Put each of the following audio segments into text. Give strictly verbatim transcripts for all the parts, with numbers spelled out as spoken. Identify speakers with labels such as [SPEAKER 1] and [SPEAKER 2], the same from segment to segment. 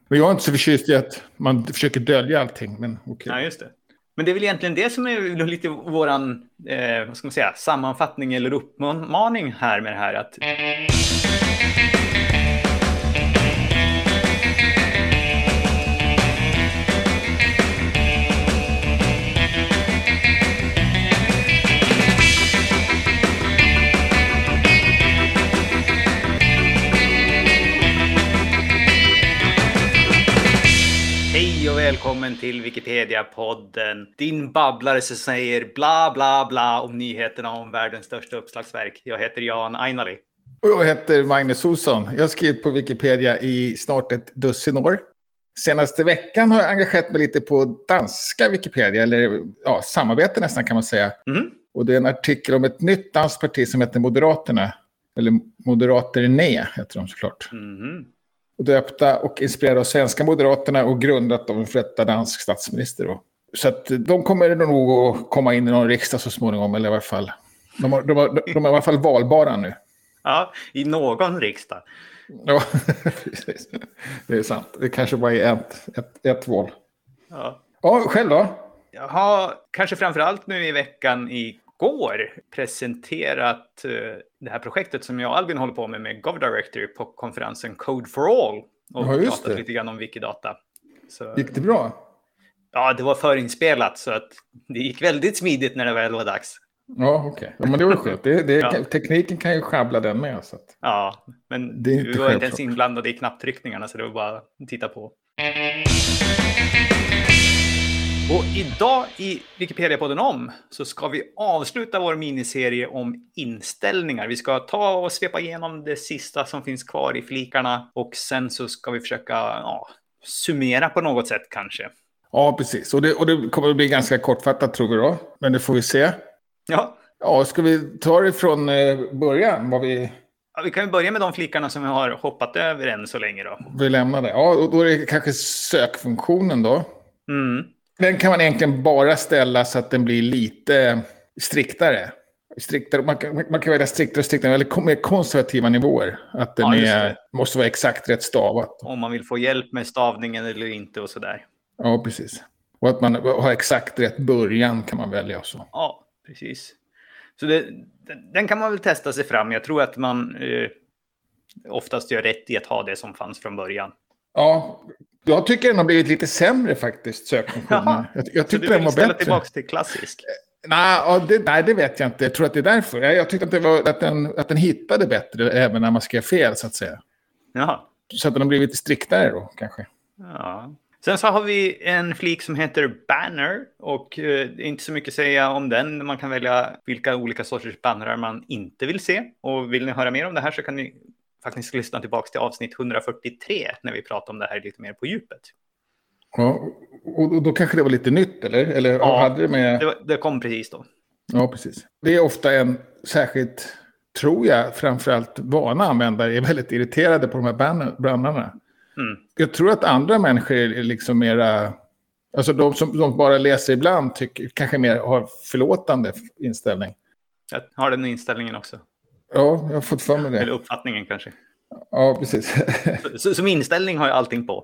[SPEAKER 1] Men jag är inte så förtjust i att man försöker dölja allting. Men okay.
[SPEAKER 2] Ja, just det. Men det är väl egentligen det som är lite våran eh, vad ska man säga, sammanfattning eller uppmaning här med det här. Att... Hej och välkommen till Wikipedia-podden. Din babblare som säger bla bla bla om nyheterna om världens största uppslagsverk. Jag heter Jan Ainali.
[SPEAKER 1] Och jag heter Magnus Olsson. Jag har skrivit på Wikipedia i snart ett dussin år. Senaste veckan har jag engagerat mig lite på danska Wikipedia, eller ja, samarbete nästan kan man säga. Mm. Och det är en artikel om ett nytt danskt parti som heter Moderaterna. Eller Moderaterna heter de såklart. Mm. Och döpta och inspirerade av svenska Moderaterna och grundat av en förrättad dansk statsminister. Då. Så att de kommer nog att komma in i någon riksdag så småningom, eller i alla fall. De, har, de, har, de är i alla fall valbara nu.
[SPEAKER 2] Ja, i någon riksdag.
[SPEAKER 1] Ja, precis. Det är sant. Det kanske bara är ett, ett, ett val. Ja. Ja, själv då?
[SPEAKER 2] Jag har kanske framförallt nu i veckan igår presenterat uh, det här projektet som jag och Albin håller på med med GovDirectory på konferensen Code for All. Och ja, pratat lite grann om Wikidata. Så,
[SPEAKER 1] gick det bra?
[SPEAKER 2] Ja, det var förinspelat så att det gick väldigt smidigt när det väl var dags.
[SPEAKER 1] Ja, okej. Okay. Ja, men det var skönt. Det, det, ja. Tekniken kan ju schabbla den med. Så att...
[SPEAKER 2] Ja, men det du var inte ens inblandad i knapptryckningarna så det var bara att titta på. Och idag i Wikipedia-podden om så ska vi avsluta vår miniserie om inställningar. Vi ska ta och svepa igenom det sista som finns kvar i flikarna och sen så ska vi försöka ja, summera på något sätt kanske.
[SPEAKER 1] Ja, precis. Och det, och det kommer att bli ganska kortfattat tror vi då, men det får vi se.
[SPEAKER 2] Ja.
[SPEAKER 1] Ja, ska vi ta det från eh, början? Vad vi...
[SPEAKER 2] Ja, vi kan ju börja med de flikarna som vi har hoppat över än så länge då.
[SPEAKER 1] Vi lämnar det. Ja, och då är det kanske sökfunktionen då. Mm. Den kan man egentligen bara ställa så att den blir lite striktare. striktare man, kan, man kan välja striktare och striktare, eller mer konservativa nivåer. Att den ja, är, måste vara exakt rätt stavat.
[SPEAKER 2] Om man vill få hjälp med stavningen eller inte och sådär.
[SPEAKER 1] Ja, precis. Och att man har exakt rätt början kan man välja också.
[SPEAKER 2] Ja, precis. Så det, den kan man väl testa sig fram. Jag tror att man eh, oftast gör rätt i att ha det som fanns från början.
[SPEAKER 1] Ja, jag tycker den har blivit lite sämre faktiskt, sökfunktionen. Jag, jag tyckte
[SPEAKER 2] så du
[SPEAKER 1] den var
[SPEAKER 2] ställa
[SPEAKER 1] bättre.
[SPEAKER 2] Tillbaka till klassisk?
[SPEAKER 1] Nej, ja, det, nej, det vet jag inte. Jag tror att det är därför. Jag, jag tyckte att, det var, att, den, att den hittade bättre även när man skrev fel, så att säga.
[SPEAKER 2] Jaha.
[SPEAKER 1] Så att den har blivit striktare då, kanske.
[SPEAKER 2] Ja. Sen så har vi en flik som heter Banner och eh, det är inte så mycket att säga om den. Man kan välja vilka olika sorters bannrar man inte vill se. Och vill ni höra mer om det här så kan ni faktiskt lyssna tillbaka till avsnitt hundrafyrtiotre när vi pratar om det här lite mer på djupet.
[SPEAKER 1] Ja, och då kanske det var lite nytt, eller? eller
[SPEAKER 2] ja,
[SPEAKER 1] hade det, med...
[SPEAKER 2] det, var, det kom precis då.
[SPEAKER 1] Ja, precis. Det är ofta en särskilt, tror jag, framförallt vana användare är väldigt irriterade på de här bannarna. Mm. Jag tror att andra människor är liksom mera... Alltså de som de bara läser ibland tycker, kanske mer har förlåtande inställning.
[SPEAKER 2] Jag har den inställningen också.
[SPEAKER 1] Ja, jag har fått för mig det.
[SPEAKER 2] Eller uppfattningen kanske.
[SPEAKER 1] Ja, precis.
[SPEAKER 2] Så, som inställning har jag allting på.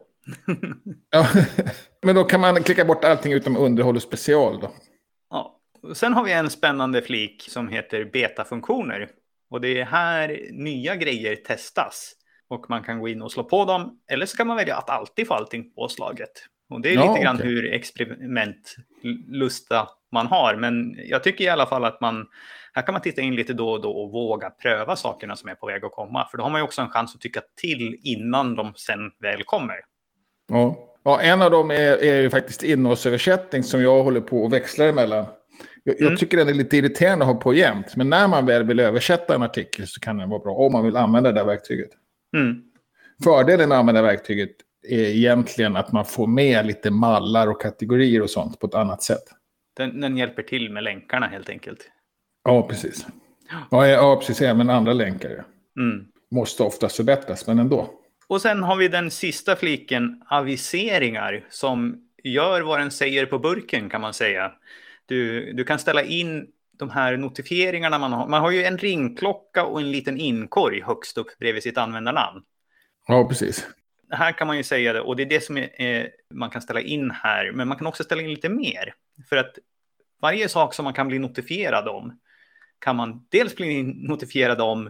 [SPEAKER 1] Ja, men då kan man klicka bort allting utom underhåll och special då.
[SPEAKER 2] Ja, sen har vi en spännande flik som heter betafunktioner. Och det är här nya grejer testas. Och man kan gå in och slå på dem. Eller så kan man välja att alltid få allting påslaget. Och det är ja, lite grann okay. hur experimentlusta man har. Men jag tycker i alla fall att man... Här kan man titta in lite då och då och våga pröva sakerna som är på väg att komma. För då har man ju också en chans att tycka till innan de sen väl kommer.
[SPEAKER 1] Ja, ja en av dem är, är ju faktiskt innehållsöversättning som jag håller på och växlar emellan. Jag, mm. jag tycker den är lite irriterande att ha på jämt. Men när man väl vill översätta en artikel så kan den vara bra. Om man vill använda det där verktyget. Mm. Fördelen med att använda verktyget är egentligen att man får med lite mallar och kategorier och sånt på ett annat sätt.
[SPEAKER 2] Den, den hjälper till med länkarna helt enkelt.
[SPEAKER 1] Ja, precis. Ja, ja precis. Även andra länkar. Mm. Måste ofta förbättras, men ändå.
[SPEAKER 2] Och sen har vi den sista fliken, aviseringar, som gör vad den säger på burken kan man säga. Du, du kan ställa in de här notifieringarna man har. Man har ju en ringklocka och en liten inkorg högst upp bredvid sitt användarnamn.
[SPEAKER 1] Ja, precis.
[SPEAKER 2] här kan man ju säga det, och det är det som är, eh, man kan ställa in här, men man kan också ställa in lite mer. För att varje sak som man kan bli notifierad om kan man dels bli notifierad om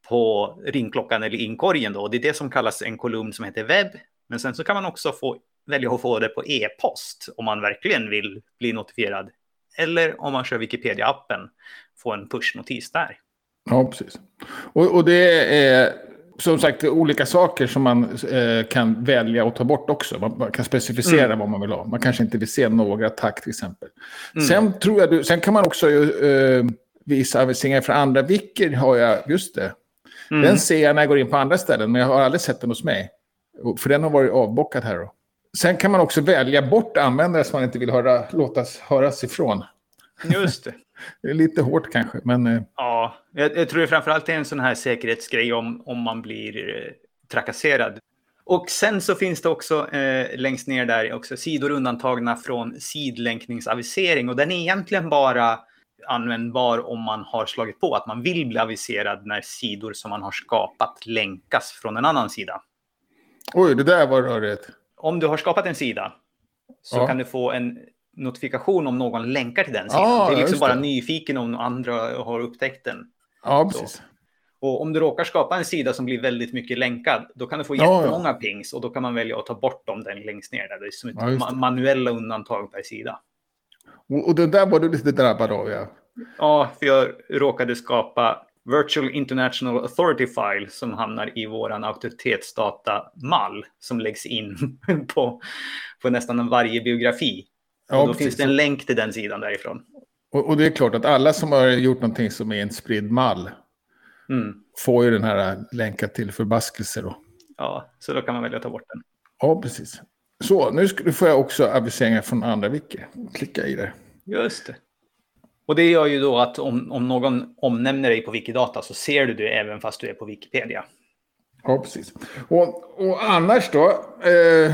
[SPEAKER 2] på ringklockan eller inkorgen då. Det är det som kallas en kolumn som heter webb. Men sen så kan man också få, välja att få det på e-post om man verkligen vill bli notifierad. Eller om man kör Wikipedia-appen, få en push-notis där.
[SPEAKER 1] Ja, precis. Och, och det är som sagt olika saker som man eh, kan välja att ta bort också. Man, man kan specificera mm. vad man vill ha. Man kanske inte vill se några tack till exempel. Mm. Sen, tror jag du, sen kan man också eh, visa aviseringar från andra wikor. Har jag, just det. Mm. Den ser jag när jag går in på andra ställen, men jag har aldrig sett den hos mig. För den har varit avbockad här då. Sen kan man också välja bort användare som man inte vill höra, låtas höras ifrån.
[SPEAKER 2] Just det.
[SPEAKER 1] Det är lite hårt kanske, men...
[SPEAKER 2] Ja, jag, jag tror det framförallt är en sån här säkerhetsgrej om, om man blir eh, trakasserad. Och sen så finns det också eh, längst ner där också sidor undantagna från sidlänkningsavisering. Och den är egentligen bara användbar om man har slagit på att man vill bli aviserad när sidor som man har skapat länkas från en annan sida.
[SPEAKER 1] Oj, det där var rörigt.
[SPEAKER 2] Om du har skapat en sida så ja. kan du få en notifikation om någon länkar till den sidan.
[SPEAKER 1] Ja,
[SPEAKER 2] det är liksom
[SPEAKER 1] det.
[SPEAKER 2] bara nyfiken om andra har upptäckt den.
[SPEAKER 1] Ja, precis.
[SPEAKER 2] Så. Och om du råkar skapa en sida som blir väldigt mycket länkad, då kan du få
[SPEAKER 1] ja,
[SPEAKER 2] jättemånga
[SPEAKER 1] ja.
[SPEAKER 2] pings och då kan man välja att ta bort dem den längst ner. Där. Det är som ett
[SPEAKER 1] ja,
[SPEAKER 2] ma- manuella undantag per sida.
[SPEAKER 1] Och, och det där var du lite drabbad av, ja.
[SPEAKER 2] Ja, för jag råkade skapa Virtual International Authority File som hamnar i våran auktoritetsdata-mall som läggs in på, på nästan varje biografi.
[SPEAKER 1] Ja,
[SPEAKER 2] och då
[SPEAKER 1] precis.
[SPEAKER 2] finns det en länk till den sidan därifrån.
[SPEAKER 1] Och, och det är klart att alla som har gjort någonting som är en spridd mall mm. får ju den här länken till förbaskelse då.
[SPEAKER 2] Ja, så då kan man välja att ta bort den.
[SPEAKER 1] Ja, precis. Så, nu får jag också aviseringar från andra wiki. Klicka i det.
[SPEAKER 2] Just det. Och det gör ju då att om, om någon omnämner dig på Wikidata så ser du det även fast du är på Wikipedia.
[SPEAKER 1] Ja, precis. Och, och annars då, eh,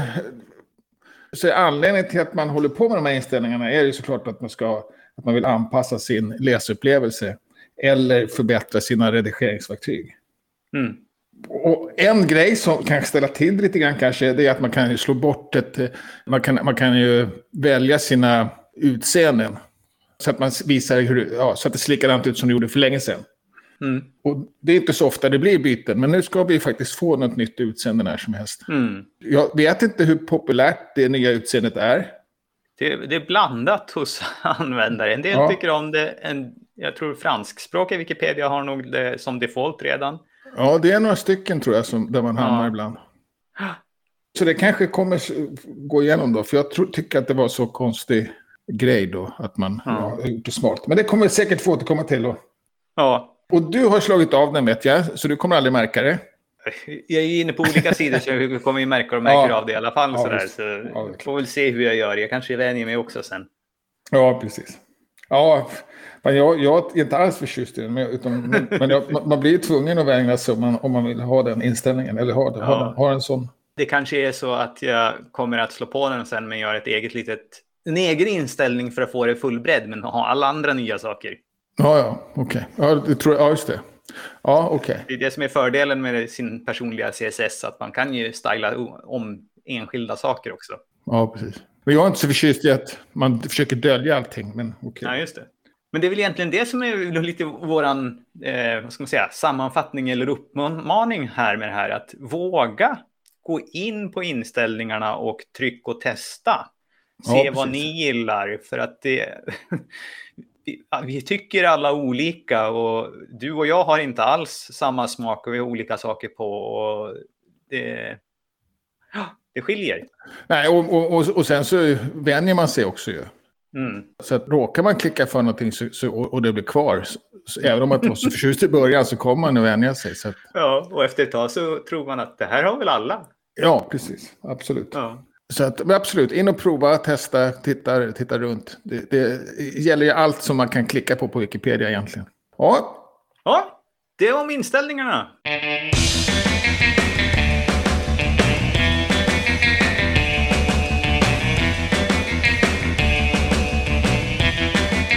[SPEAKER 1] så är anledningen till att man håller på med de här inställningarna är ju såklart att man, ska, att man vill anpassa sin läsupplevelse eller förbättra sina redigeringsverktyg. Mm. Och en grej som kan ställa till lite grann kanske, det är att man kan slå bort ett, man kan, man kan ju välja sina utseenden. Så att man visar hur, ja, så att det ser likadant ut som det gjorde för länge sedan. Mm. Och det är inte så ofta det blir byten, men nu ska vi faktiskt få något nytt utseende när som helst. Mm. Jag vet inte hur populärt det nya utseendet är.
[SPEAKER 2] Det, det är blandat hos användare. En del ja. tycker om det. En, jag tror franskspråkiga Wikipedia har nog det som default redan.
[SPEAKER 1] Ja, det är några stycken tror jag som, där man hamnar ja. ibland. Så det kanske kommer gå igenom då, för jag tror, tycker att det var så konstig grej då, att man ja. har gjort det smart. Men det kommer säkert få återkomma till då.
[SPEAKER 2] Ja.
[SPEAKER 1] Och du har slagit av den, vet jag, så du kommer aldrig märka det.
[SPEAKER 2] Jag är inne på olika sidor så jag kommer ju märka och märker ja. av det i alla fall. Ja, sådär. Så ja, får väl se hur jag gör. Jag kanske vänjer mig också sen.
[SPEAKER 1] Ja, precis. Ja, men jag, jag är inte alls förtjust i den. Men, utan, men jag, man blir ju tvungen att vänja sig om man, om man vill ha den inställningen. Eller ha, ja. ha, ha en sån.
[SPEAKER 2] Det kanske är så att jag kommer att slå på den sen men gör ett eget litet, en egen inställning för att få det fullbredd men ha alla andra nya saker.
[SPEAKER 1] Ja, ja, okej. Okay. Ja, det tror jag, ja, just det. Ja, okej. Okay.
[SPEAKER 2] Det är det som är fördelen med sin personliga C S S, att man kan ju styla om enskilda saker också.
[SPEAKER 1] Ja, precis. Men jag är inte så förtjust i att man försöker dölja allting, men okej. Okay.
[SPEAKER 2] Ja, just det. Men det är väl egentligen det som är lite våran, eh, vad ska man säga, sammanfattning eller uppmaning här med det här, att våga gå in på inställningarna och tryck och testa. Se ja, vad ni gillar, för att det... Vi tycker alla olika och du och jag har inte alls samma smak och vi har olika saker på och det, det skiljer.
[SPEAKER 1] Nej, och, och, och, och sen så vänjer man sig också ju. Mm. Så att råkar man klicka för någonting så, så, och, och det blir kvar, så, så även om man var så förtjust i början så kommer man att vänja sig. Så att...
[SPEAKER 2] Ja, och efter ett tag så tror man att det här har väl alla.
[SPEAKER 1] Ja, precis. Absolut.
[SPEAKER 2] Ja.
[SPEAKER 1] Så att, absolut, in och prova, testa, titta, titta runt. Det, det gäller ju allt som man kan klicka på på Wikipedia egentligen. Ja.
[SPEAKER 2] Ja, det var om inställningarna.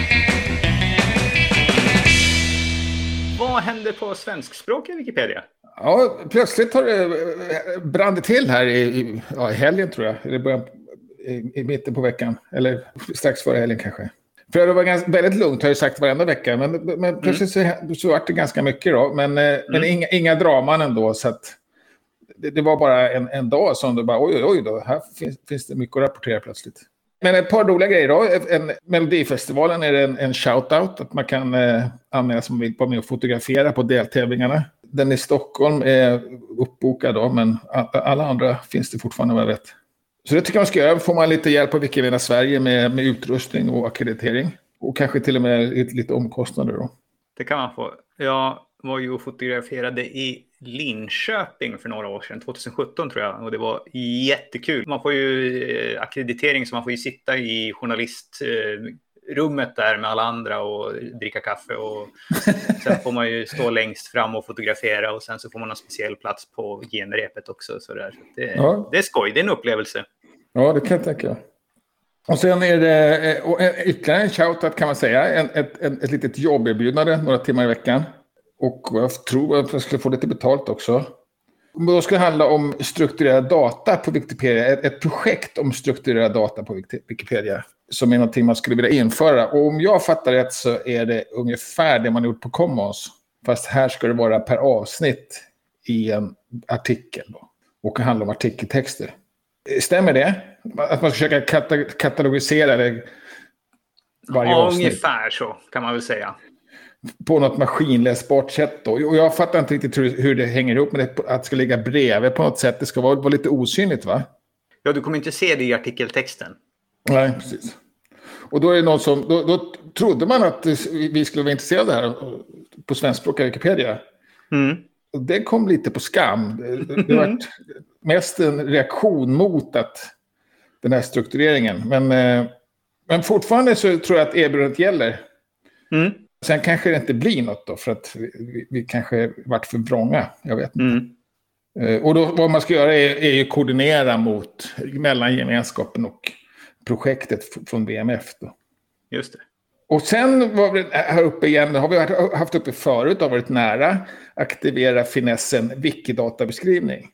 [SPEAKER 2] Vad händer på svenskspråkiga Wikipedia?
[SPEAKER 1] Ja, plötsligt har det brann till här i, i, ja, i helgen tror jag. Eller början, i, i mitten på veckan. Eller strax före helgen kanske. För det var ganska, väldigt lugnt har jag sagt varenda vecka. Men, men plötsligt mm. så, så var det ganska mycket då. Men, mm. men inga, inga draman ändå. Så att det, det var bara en, en dag som det bara oj, oj, oj då. Här finns, finns det mycket att rapportera plötsligt. Men ett par roliga grejer då. En, Melodifestivalen är en, en shout-out. Att man kan eh, anmäla som vill vara med och fotografera på deltävlingarna. Den i Stockholm är uppbokad då. Men alla andra finns det fortfarande vad jag vet. Så det tycker jag man ska göra. Får man lite hjälp av Wikimedia Sverige med, med utrustning och akkreditering. Och kanske till och med lite, lite omkostnader då.
[SPEAKER 2] Det kan man få. Jag var ju och fotograferade i Linköping för några år sedan. tjugohundrasjutton tror jag. Och det var jättekul. Man får ju akkreditering så man får ju sitta i journalistrummet där med alla andra och dricka kaffe. Och sen får man ju stå längst fram och fotografera. Och sen så får man en speciell plats på genrepet också. Så där. Så det, ja. det är skoj. Det är en upplevelse.
[SPEAKER 1] Ja, det kan jag tänka. Och sen är det och ytterligare en shoutout kan man säga. En, ett, ett, ett litet jobberbjudande några timmar i veckan. Och jag tror att jag skulle få lite betalt också. Då ska det handla om strukturerad data på Wikipedia. Ett, ett projekt om strukturerad data på Wikipedia. Som är någonting man skulle vilja införa. Och om jag fattar rätt så är det ungefär det man har gjort på Commons. Fast här ska det vara per avsnitt i en artikel. Då. Och det handlar om artikeltexter. Stämmer det? Att man ska försöka kata- katalogisera det varje
[SPEAKER 2] ja,
[SPEAKER 1] avsnitt?
[SPEAKER 2] Ungefär så kan man väl säga.
[SPEAKER 1] På något maskinläsbart sätt då. Och jag fattar inte riktigt hur, hur det hänger ihop med det, att det ska ligga bredvid på något sätt. Det ska vara, vara lite osynligt va?
[SPEAKER 2] Ja, du kommer inte se det i artikeltexten.
[SPEAKER 1] Nej, precis. Och då är det någon som, då, då trodde man att vi skulle vara intresserade av det här på svenskspråkiga Wikipedia. Mm. Och det kom lite på skam. Det, det var mest en reaktion mot att den här struktureringen. Men, men fortfarande så tror jag att erbjudandet gäller. Mm. Sen kanske det inte blir något då för att vi, vi kanske varit för vrånga. Jag vet inte. Mm. Och då, vad man ska göra är, är ju koordinera mot mellan gemenskapen och projektet från B M F då.
[SPEAKER 2] Just det.
[SPEAKER 1] Och sen var vi här uppe igen, har vi haft uppe förut, har varit nära aktivera finessen Wikidata-beskrivning.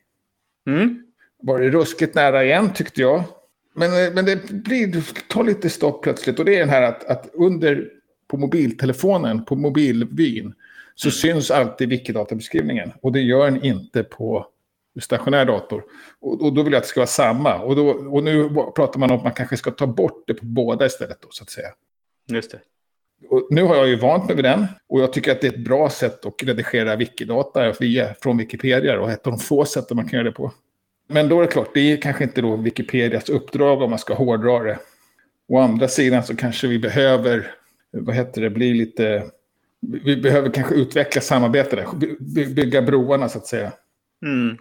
[SPEAKER 1] Mm. Var det ruskigt nära igen tyckte jag. Men, men det blir, tar lite stopp plötsligt och det är den här att, att under på mobiltelefonen, på mobilvyn så mm. syns alltid Wikidata-beskrivningen och det gör den inte på stationär dator. Och, och då vill jag att det ska vara samma. Och, då, och nu pratar man om att man kanske ska ta bort det på båda istället då, så att säga.
[SPEAKER 2] Just det.
[SPEAKER 1] Och nu har jag ju vant mig vid den. Och jag tycker att det är ett bra sätt att redigera Wikidata via, från Wikipedia. Och ett av de få sätten man kan göra det på. Men då är det klart, det är kanske inte då Wikipedias uppdrag om man ska hårdra det. Å andra sidan så kanske vi behöver, vad heter det, bli lite... Vi behöver kanske utveckla samarbete där. Bygga broarna så att säga. Mm.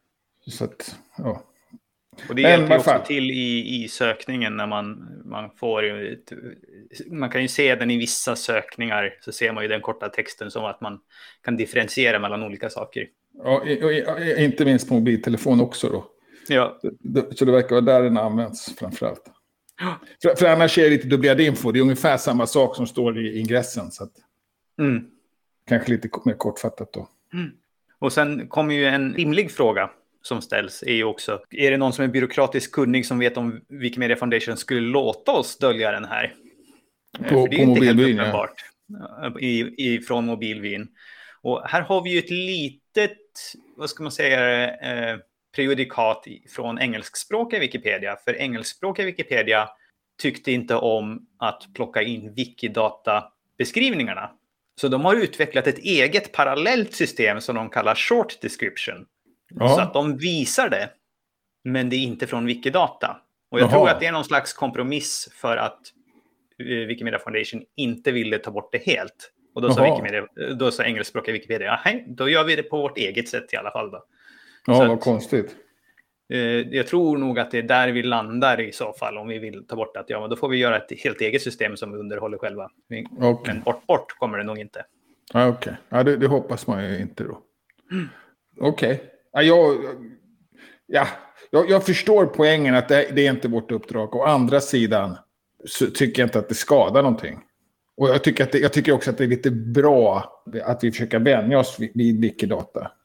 [SPEAKER 1] Så att, ja.
[SPEAKER 2] Och det hjälper ju också till i, i sökningen när man, man får ett, man kan ju se den i vissa sökningar så ser man ju den korta texten som att man kan differentiera mellan olika saker.
[SPEAKER 1] Ja, och inte minst på mobiltelefon också då.
[SPEAKER 2] Ja.
[SPEAKER 1] Så det verkar vara där den används framförallt. Ja. För, för annars är det lite dubblerad info. Det är ungefär samma sak som står i ingressen. Så att, mm. Kanske lite mer kortfattat då.
[SPEAKER 2] Mm. Och sen kommer ju en rimlig fråga som ställs är ju också, är det någon som är byråkratiskt kunnig som vet om Wikimedia Foundation skulle låta oss dölja den här?
[SPEAKER 1] På, För det är ju inte helt uppenbart
[SPEAKER 2] ja. i, i, från mobilvyn. Och här har vi ju ett litet, vad ska man säga, eh, prejudikat från engelskspråkiga Wikipedia. För engelskspråkiga Wikipedia tyckte inte om att plocka in Wikidata-beskrivningarna. Så de har utvecklat ett eget parallellt system som de kallar short description. Ja. Så att de visar det, men det är inte från Wikidata. Och jag Jaha. tror att det är någon slags kompromiss för att Wikimedia Foundation inte ville ta bort det helt. Och då sa, Wikimedia, då sa engelskspråkiga Wikipedia, ja, hej, då gör vi det på vårt eget sätt i alla fall då.
[SPEAKER 1] Ja,
[SPEAKER 2] så
[SPEAKER 1] vad
[SPEAKER 2] att,
[SPEAKER 1] konstigt.
[SPEAKER 2] Eh, jag tror nog att det är där vi landar i så fall om vi vill ta bort det. Ja, men då får vi göra ett helt eget system som vi underhåller själva. Okay. Men bort, bort kommer det nog inte.
[SPEAKER 1] Ja, okej. Okay. Ja, det, det hoppas man ju inte då. Mm. Okej. Okay. Ja, jag, ja, jag, jag förstår poängen att det, det är inte vårt uppdrag. Å andra sidan så tycker jag inte att det skadar någonting. Och jag tycker, att det, jag tycker också att det är lite bra att vi försöker vänja oss vid, vid Wikidata.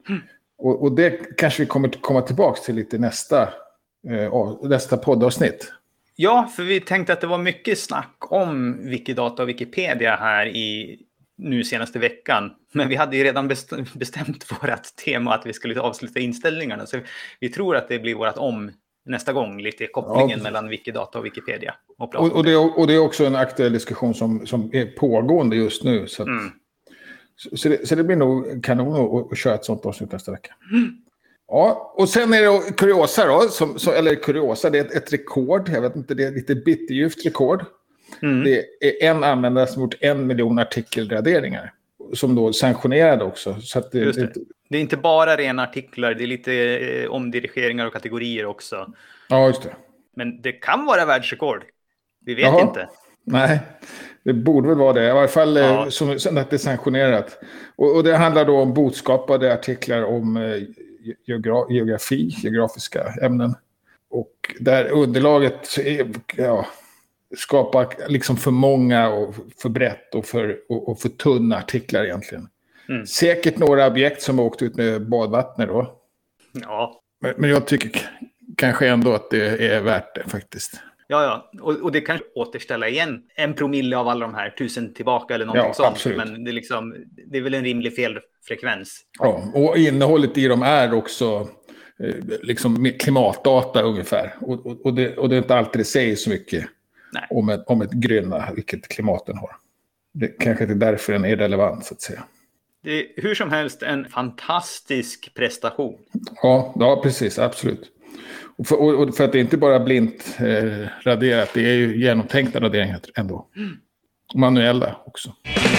[SPEAKER 2] Mm.
[SPEAKER 1] Och, och det kanske vi kommer komma tillbaka till lite nästa, eh, nästa poddavsnitt.
[SPEAKER 2] Ja, för vi tänkte att det var mycket snack om Wikidata och Wikipedia här i nu senaste veckan. Men vi hade ju redan bestämt vårt tema att vi skulle avsluta inställningarna. Så vi tror att det blir vårt om nästa gång, lite kopplingen ja, mellan Wikidata och Wikipedia. Och,
[SPEAKER 1] och, och, det är, och det är också en aktuell diskussion som, som är pågående just nu. Så, att,
[SPEAKER 2] mm.
[SPEAKER 1] så, så, det, så det blir nog kanon att, att köra ett sånt avsnitt nästa vecka. Mm. Ja, och sen är det kuriosa då, som, så, eller kuriosa, det är ett, ett rekord, jag vet inte, det är ett lite bitterljuvt rekord. Mm. Det är en användare som gjort en miljon artikelraderingar, som då sanktionerade också. Så att det,
[SPEAKER 2] Just det. Det är inte bara rena artiklar, det är lite eh, omdirigeringar och kategorier också.
[SPEAKER 1] Ja, just det.
[SPEAKER 2] Men det kan vara världsrekord, vi vet
[SPEAKER 1] Jaha.
[SPEAKER 2] inte.
[SPEAKER 1] Nej, det borde väl vara det. I alla fall ja. som, som att det är sanktionerat. Och, och det handlar då om botskapade artiklar om eh, geogra- geografi, geografiska ämnen. Och där underlaget är, ja, skapar liksom för många och för brett och för, och, och för tunna artiklar egentligen. Mm. Säkert några objekt som har åkt ut med badvattnet då.
[SPEAKER 2] Ja.
[SPEAKER 1] Men, men jag tycker k- kanske ändå att det är värt det faktiskt.
[SPEAKER 2] Ja, ja. Och, och det kan återställa igen en promille av alla de här tusen tillbaka eller någonting
[SPEAKER 1] ja,
[SPEAKER 2] sånt.
[SPEAKER 1] Absolut.
[SPEAKER 2] Men det är, liksom, det är väl en rimlig felfrekvens.
[SPEAKER 1] Ja, och innehållet i dem är också eh, liksom klimatdata ungefär. Och, och, och, det, och det är inte alltid det säger så mycket om ett, om ett gröna, vilket klimaten har. Det kanske inte är därför den är relevant så att säga.
[SPEAKER 2] Det är hur som helst en fantastisk prestation.
[SPEAKER 1] Ja, ja precis, absolut. Och för, och för att det inte bara blint eh, raderat, det är ju genomtänkta raderingar ändå. Mm. Manuella också.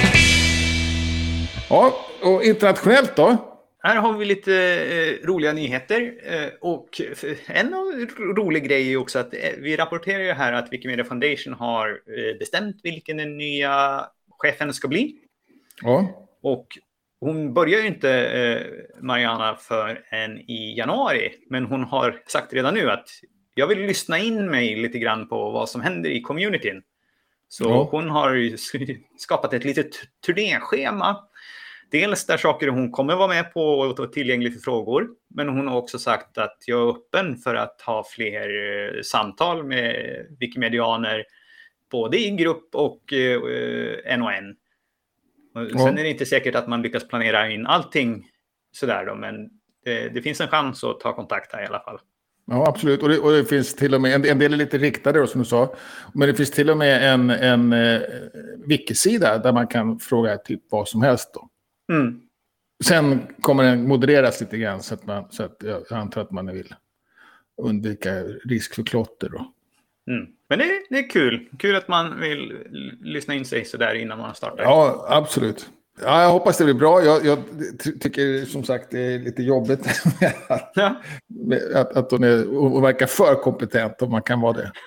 [SPEAKER 1] Ja, och internationellt då?
[SPEAKER 2] Här har vi lite eh, roliga nyheter. Eh, och en rolig grej är också att eh, vi rapporterar ju här att Wikimedia Foundation har eh, bestämt vilken den nya chefen ska bli.
[SPEAKER 1] Ja.
[SPEAKER 2] Och hon börjar ju inte, eh, Mariana, för en i januari. Men hon har sagt redan nu att jag vill lyssna in mig lite grann på vad som händer i communityn. Så ja. Hon har skapat ett litet turnéschema. Dels där saker hon kommer vara med på och vara tillgänglig för frågor. Men hon har också sagt att jag är öppen för att ha fler eh, samtal med wikimedianer. Både i grupp och eh, en och en. Och sen ja. Är det inte säkert att man lyckas planera in allting sådär då. Men det, det finns en chans att ta kontakt här i alla fall.
[SPEAKER 1] Ja, absolut. Och det, och det finns till och med, en, en del är lite riktade då, som du sa. Men det finns till och med en, en eh, wiki-sida där man kan fråga typ vad som helst då.
[SPEAKER 2] Mm.
[SPEAKER 1] Sen kommer den modereras lite grann så att, man, så att jag antar att man vill undvika risk för klotter då.
[SPEAKER 2] Mm. Men det, det är kul. Kul att man vill lyssna in sig så där innan man startar.
[SPEAKER 1] Ja, absolut. Ja, jag hoppas det blir bra. Jag, jag tycker som sagt det är lite jobbigt med att,
[SPEAKER 2] ja.
[SPEAKER 1] med att, att hon, är, hon verkar för kompetent om man kan vara det.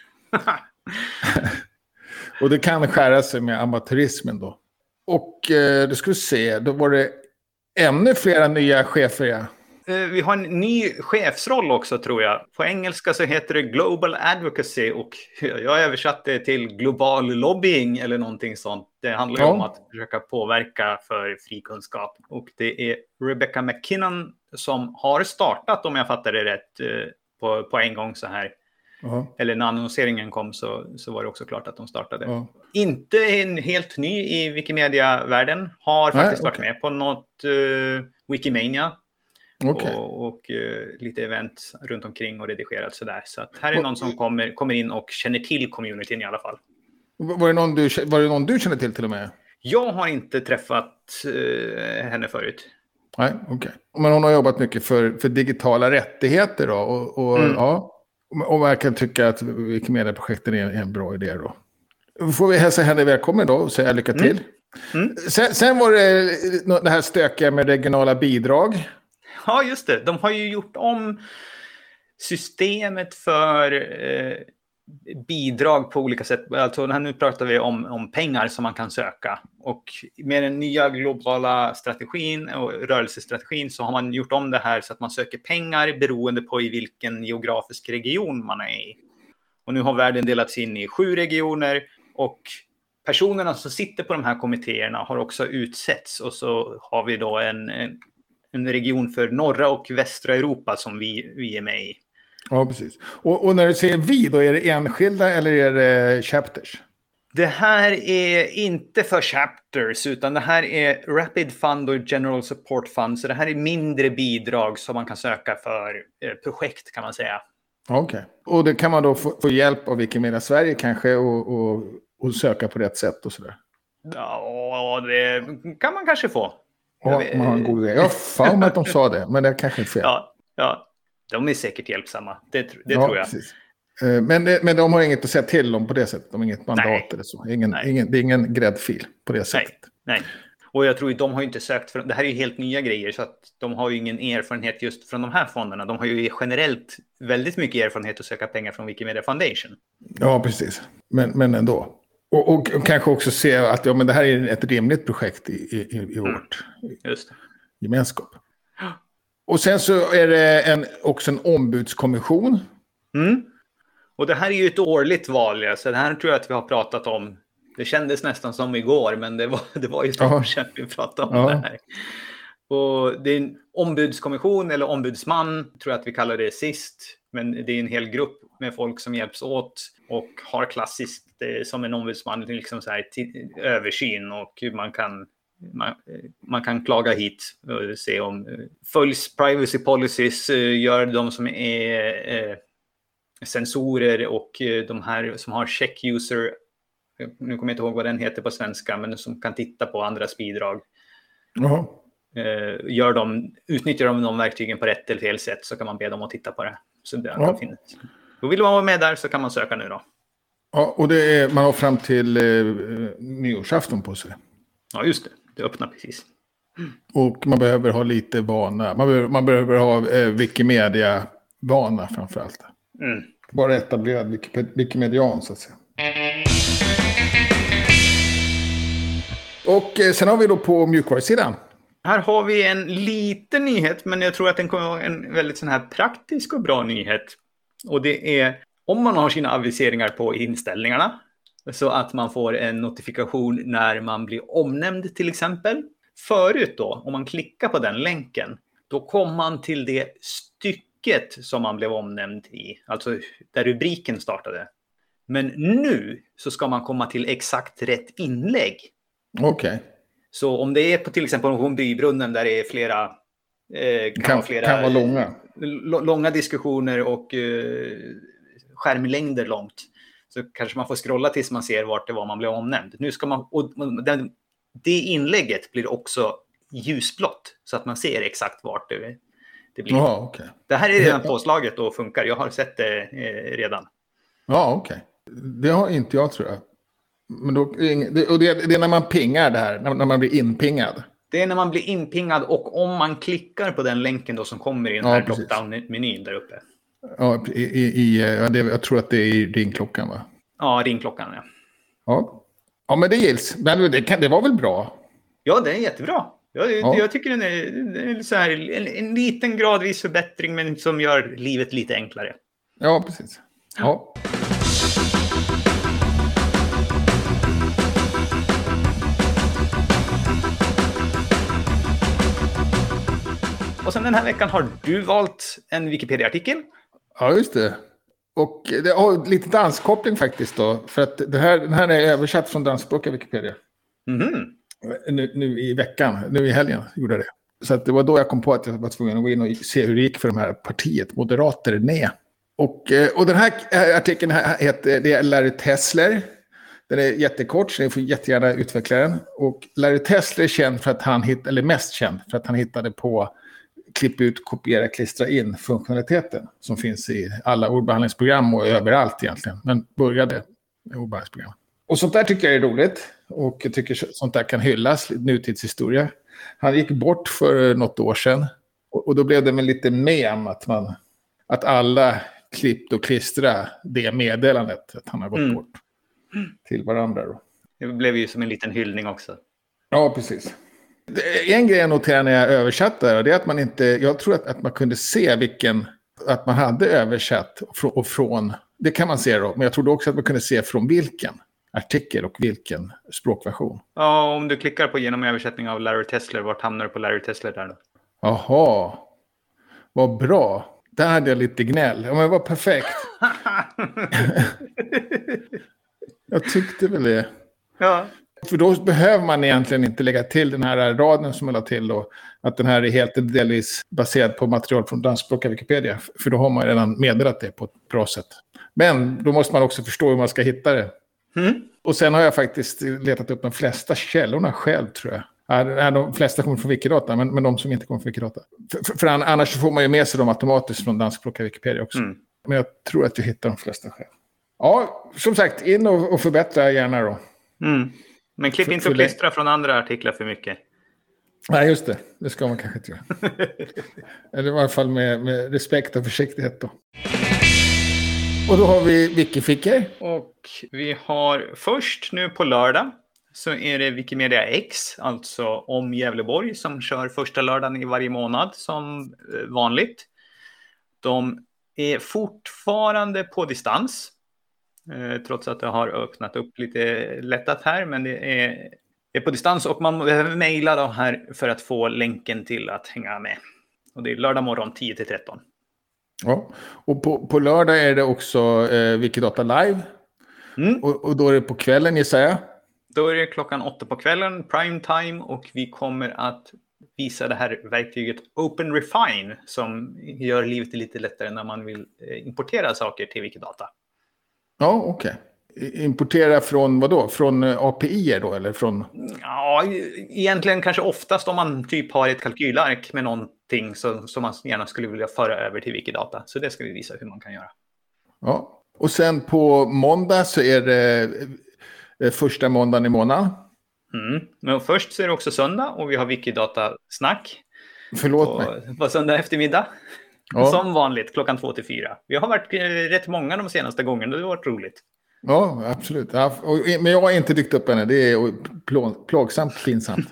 [SPEAKER 1] Och det kan skära sig med amatörismen då. Och eh, det skulle se, då var det ännu flera nya chefer. Ja.
[SPEAKER 2] Eh, vi har en ny chefsroll också tror jag. På engelska så heter det Global Advocacy och jag översatte till global lobbying eller någonting sånt. Det handlar ju ja. om att försöka påverka för fri kunskap. Och det är Rebecca McKinnon som har startat, om jag fattar det rätt, eh, på, på en gång så här. Uh-huh. Eller när annonseringen kom så, så var det också klart att de startade. Uh-huh. Inte en helt ny i Wikimedia-världen. Har faktiskt Nej, okay. varit med på något uh, Wikimania. Okay. Och, och uh, lite event runt omkring och redigerat sådär. Så att här är någon som kommer, kommer in och känner till communityn i alla fall.
[SPEAKER 1] Var det någon du, var det någon du känner till till och med?
[SPEAKER 2] Jag har inte träffat uh, henne förut.
[SPEAKER 1] Nej, okej. Okay. Men hon har jobbat mycket för, för digitala rättigheter då. Och, och mm. ja... Och man kan tycka att Wikimedia-projekten är en bra idé då. Får vi hälsa henne välkommen då och säga lycka till. Mm. Mm. Sen, sen var det det här stökiga med regionala bidrag.
[SPEAKER 2] Ja, just det. De har ju gjort om systemet för eh, bidrag på olika sätt. Alltså nu pratar vi om, om pengar som man kan söka. Och med den nya globala strategin och rörelsestrategin så har man gjort om det här så att man söker pengar beroende på i vilken geografisk region man är i. Och nu har världen delats in i sju regioner och personerna som sitter på de här kommittéerna har också utsetts. Och så har vi då en, en, en region för norra och västra Europa som vi, vi är med i.
[SPEAKER 1] Ja, precis. Och, och när du säger vi, då är det enskilda eller är det chapters?
[SPEAKER 2] Det här är inte för chapters, utan det här är Rapid Fund och General Support Fund. Så det här är mindre bidrag som man kan söka för eh, projekt, kan man säga.
[SPEAKER 1] Okej. Okay. Och det kan man då få, få hjälp av Wikimedia Sverige kanske och, och, och söka på rätt sätt och sådär?
[SPEAKER 2] Ja, det kan man kanske få.
[SPEAKER 1] Ja, man har en god idé. Jag har fan med att de sa det, men det är kanske inte fel.
[SPEAKER 2] Ja, ja, de är säkert hjälpsamma. Det, det
[SPEAKER 1] ja,
[SPEAKER 2] tror jag.
[SPEAKER 1] Precis. Men, men de har inget att säga till om på det sättet. De har inget mandat Nej. eller så. Ingen, ingen, det är ingen gräddfil på det sättet.
[SPEAKER 2] Nej. Nej. Och jag tror att de har ju inte sökt för... Det här är ju helt nya grejer, så att de har ju ingen erfarenhet just från de här fonderna. De har ju generellt väldigt mycket erfarenhet att söka pengar från Wikimedia Foundation.
[SPEAKER 1] Ja, precis. Men, men ändå. Och, och, och kanske också se att ja, men det här är ett rimligt projekt i, i, i vårt mm. Just det. gemenskap. Och sen så är det en, också en ombudskommission.
[SPEAKER 2] Mm. Och det här är ju ett årligt val, ja, så det här tror jag att vi har pratat om. Det kändes nästan som igår, men det var, det var ju så sedan vi pratade om ja. det här. Och det är en ombudskommission eller ombudsman, tror jag att vi kallar det sist. Men det är en hel grupp med folk som hjälps åt och har klassiskt som en ombudsman liksom så här, till, översyn och man kan, man, man kan klaga hit och se om följs privacy policies, gör de som är eh, sensorer och de här som har check user, nu kommer jag inte ihåg vad den heter på svenska, men som kan titta på andras bidrag.
[SPEAKER 1] Jaha.
[SPEAKER 2] Gör de, utnyttjar de de verktygen på rätt eller fel sätt så kan man be dem att titta på det. Så det
[SPEAKER 1] ja.
[SPEAKER 2] kan finnas. Då vill man vara med där så kan man söka nu då.
[SPEAKER 1] Ja, och det är, man har fram till eh, nyårsafton på sig.
[SPEAKER 2] Ja, just det. Det öppnar precis.
[SPEAKER 1] Mm. Och man behöver ha lite vana. Man behöver, man behöver ha eh, Wikimedia-vana framförallt. Mm. Bara etablerad Wikimedian så att säga. Och eh, sen har vi då på mjukvarusidan.
[SPEAKER 2] Här har vi en liten nyhet, men jag tror att den kommer vara en väldigt sån här praktisk och bra nyhet. Och det är om man har sina aviseringar på inställningarna så att man får en notifikation när man blir omnämnd till exempel. Förut då, om man klickar på den länken, då kommer man till det stycket som man blev omnämnd i, alltså där rubriken startade. Men nu så ska man komma till exakt rätt inlägg.
[SPEAKER 1] Okej. Okay.
[SPEAKER 2] Så om det är på till exempel på Bybrunnen där det är flera, eh, kan,
[SPEAKER 1] kan,
[SPEAKER 2] flera
[SPEAKER 1] kan vara långa.
[SPEAKER 2] L- långa diskussioner och eh, skärmlängder långt, så kanske man får scrolla tills man ser vart det var man blev omnämnd. Nu ska man, och den, det inlägget blir också ljusblått så att man ser exakt vart det, det blir.
[SPEAKER 1] Aha, okay.
[SPEAKER 2] Det här är redan påslaget och funkar. Jag har sett det eh, redan.
[SPEAKER 1] Ja, okej. Okay. Det har inte jag, tror jag. Men då, och det, det är när man pingar det här, när man blir inpingad.
[SPEAKER 2] Det är när man blir inpingad och om man klickar på den länken då som kommer i den här ja, lockdown-menyn där uppe.
[SPEAKER 1] Ja, i, i, ja det, jag tror att det är i ringklockan, va?
[SPEAKER 2] Ja, ringklockan, ja.
[SPEAKER 1] Ja, ja men det gills. Men det, kan, det var väl bra?
[SPEAKER 2] Ja, det är jättebra. Jag, ja. jag tycker den är, den är så här, en, en liten gradvis förbättring men som gör livet lite enklare.
[SPEAKER 1] Ja, precis. Ja.
[SPEAKER 2] Och sen den här veckan har du valt en Wikipedia-artikel.
[SPEAKER 1] Ja, just det. Och det har lite danskoppling faktiskt då. För att det här, den här är översatt från dansspråk Wikipedia. Mm-hmm. Nu, nu i veckan, nu i helgen gjorde jag det. Så att det var då jag kom på att jag var tvungen att gå in och se hur det gick för de här partiet, Moderater, nej. Och, och den här artikeln här heter, det är Larry Tesler. Den är jättekort så ni får jättegärna utveckla den. Och Larry Tesler är känd för att han hittade, eller mest känd för att han hittade på klippa ut, kopiera, klistra in funktionaliteten som finns i alla ordbehandlingsprogram och överallt egentligen. Men började med ordbehandlingsprogram. Och sånt där tycker jag är roligt. Och jag tycker sånt där kan hyllas, nutidshistoria. Han gick bort för något år sedan. Och då blev det med lite mem att, man, att alla klippte och klistra det meddelandet att han har gått mm. bort till varandra. Då.
[SPEAKER 2] Det blev ju som en liten hyllning också.
[SPEAKER 1] Ja, precis. En grej jag noterade när jag översatte det är att man inte, jag tror att, att man kunde se vilken, att man hade översatt och från, och från, det kan man se då, men jag trodde också att man kunde se från vilken artikel och vilken språkversion.
[SPEAKER 2] Ja, om du klickar på genom översättning av Larry Tesler, vart hamnar du på Larry Tesler där då?
[SPEAKER 1] Jaha. Vad bra. Där hade jag lite gnäll. Ja, men vad perfekt. Jag tyckte väl det.
[SPEAKER 2] Ja.
[SPEAKER 1] För då behöver man egentligen inte lägga till den här raden som jag la till då. Att den här är helt delvis baserad på material från danskspråkiga Wikipedia. För då har man redan meddelat det på ett bra sätt. Men då måste man också förstå hur man ska hitta det.
[SPEAKER 2] Mm.
[SPEAKER 1] Och sen har jag faktiskt letat upp de flesta källorna själv, tror jag. Ja, de flesta kommer från Wikidata, men, men de som inte kommer från Wikidata. För, för, för annars får man ju med sig dem automatiskt från danskspråkiga Wikipedia också. Mm. Men jag tror att jag hittar de flesta själv. Ja, som sagt, in och, och förbättra gärna då.
[SPEAKER 2] Mm. Men klipp inte och klistra från andra artiklar för mycket.
[SPEAKER 1] Nej, just det. Det ska man kanske inte göra. Eller i alla fall med, med respekt och försiktighet då. Och då har vi Wikifickor.
[SPEAKER 2] Och vi har först nu på lördag så är det Wikimedia X, alltså om Gävleborg, som kör första lördagen i varje månad som vanligt. De är fortfarande på distans, trots att det har öppnat upp lite lättat här, men det är, det är på distans och man behöver mejla då här för att få länken till att hänga med. Och det är lördag morgon tio till tretton.
[SPEAKER 1] Ja, och på, på lördag är det också eh, Wikidata Live. Mm. Och, och då är det på kvällen, gissar jag.
[SPEAKER 2] Då är det klockan åtta på kvällen, prime time, och vi kommer att visa det här verktyget Open Refine som gör livet lite lättare när man vill importera saker till Wikidata.
[SPEAKER 1] Ja, okej. Okay. Importera från vad då? Från A P I då? Eller från...
[SPEAKER 2] Ja, egentligen kanske oftast om man typ har ett kalkylark med någonting som, som man gärna skulle vilja föra över till Wikidata. Så det ska vi visa hur man kan göra.
[SPEAKER 1] Ja, och sen på måndag så är det första måndagen i månaden.
[SPEAKER 2] Mm. Men först så är det också söndag och vi har Wikidata-snack.
[SPEAKER 1] Förlåt
[SPEAKER 2] på,
[SPEAKER 1] mig.
[SPEAKER 2] På söndag eftermiddag.
[SPEAKER 1] Ja.
[SPEAKER 2] Som vanligt, klockan två till fyra. Vi har varit rätt många de senaste gångerna, det har varit roligt.
[SPEAKER 1] Ja, absolut. Ja, och, men jag har inte dykt upp henne, det är plå, plågsamt pinsamt.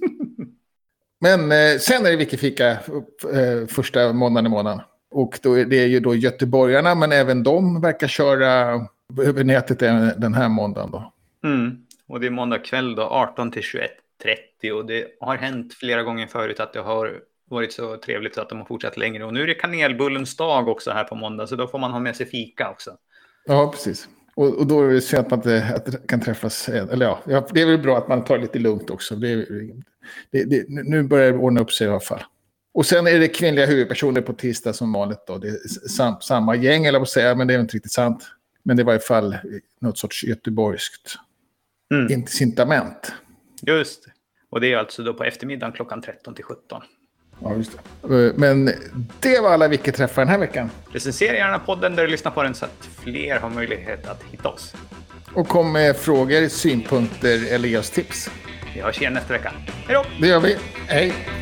[SPEAKER 1] Men eh, sen är det Wikifika eh, första måndagen i månaden. Och då är det är ju då göteborgarna, men även de verkar köra över nätet den här måndagen då.
[SPEAKER 2] Mm. Och det är måndag kväll då, arton till tjugoett trettio. Och det har hänt flera gånger förut att det har varit så trevligt så att de har fortsatt längre. Och nu är det kanelbullens dag också här på måndag, så då får man ha med sig fika också.
[SPEAKER 1] Ja, precis. Och, och då är det så att man inte att det kan träffas. Eller ja, det är väl bra att man tar lite lugnt också. Det, det, det, nu börjar det ordna upp sig i alla fall. Och sen är det kvinnliga huvudpersoner på tisdag som vanligt då. Det är sam, samma gäng, eller vad säga, men det är inte riktigt sant. Men det var i alla fall något sorts göteborgskt mm. incitament.
[SPEAKER 2] Just det. Och det är alltså då på eftermiddagen klockan tretton till sjutton.
[SPEAKER 1] Ja, just det. Men det var alla Wiki-träffar den här veckan.
[SPEAKER 2] Recensera gärna podden där du lyssnar på den så att fler har möjlighet att hitta oss.
[SPEAKER 1] Och kom med frågor, synpunkter eller ge oss tips.
[SPEAKER 2] Vi hörs igen nästa vecka. Hej då!
[SPEAKER 1] Det gör vi. Hej!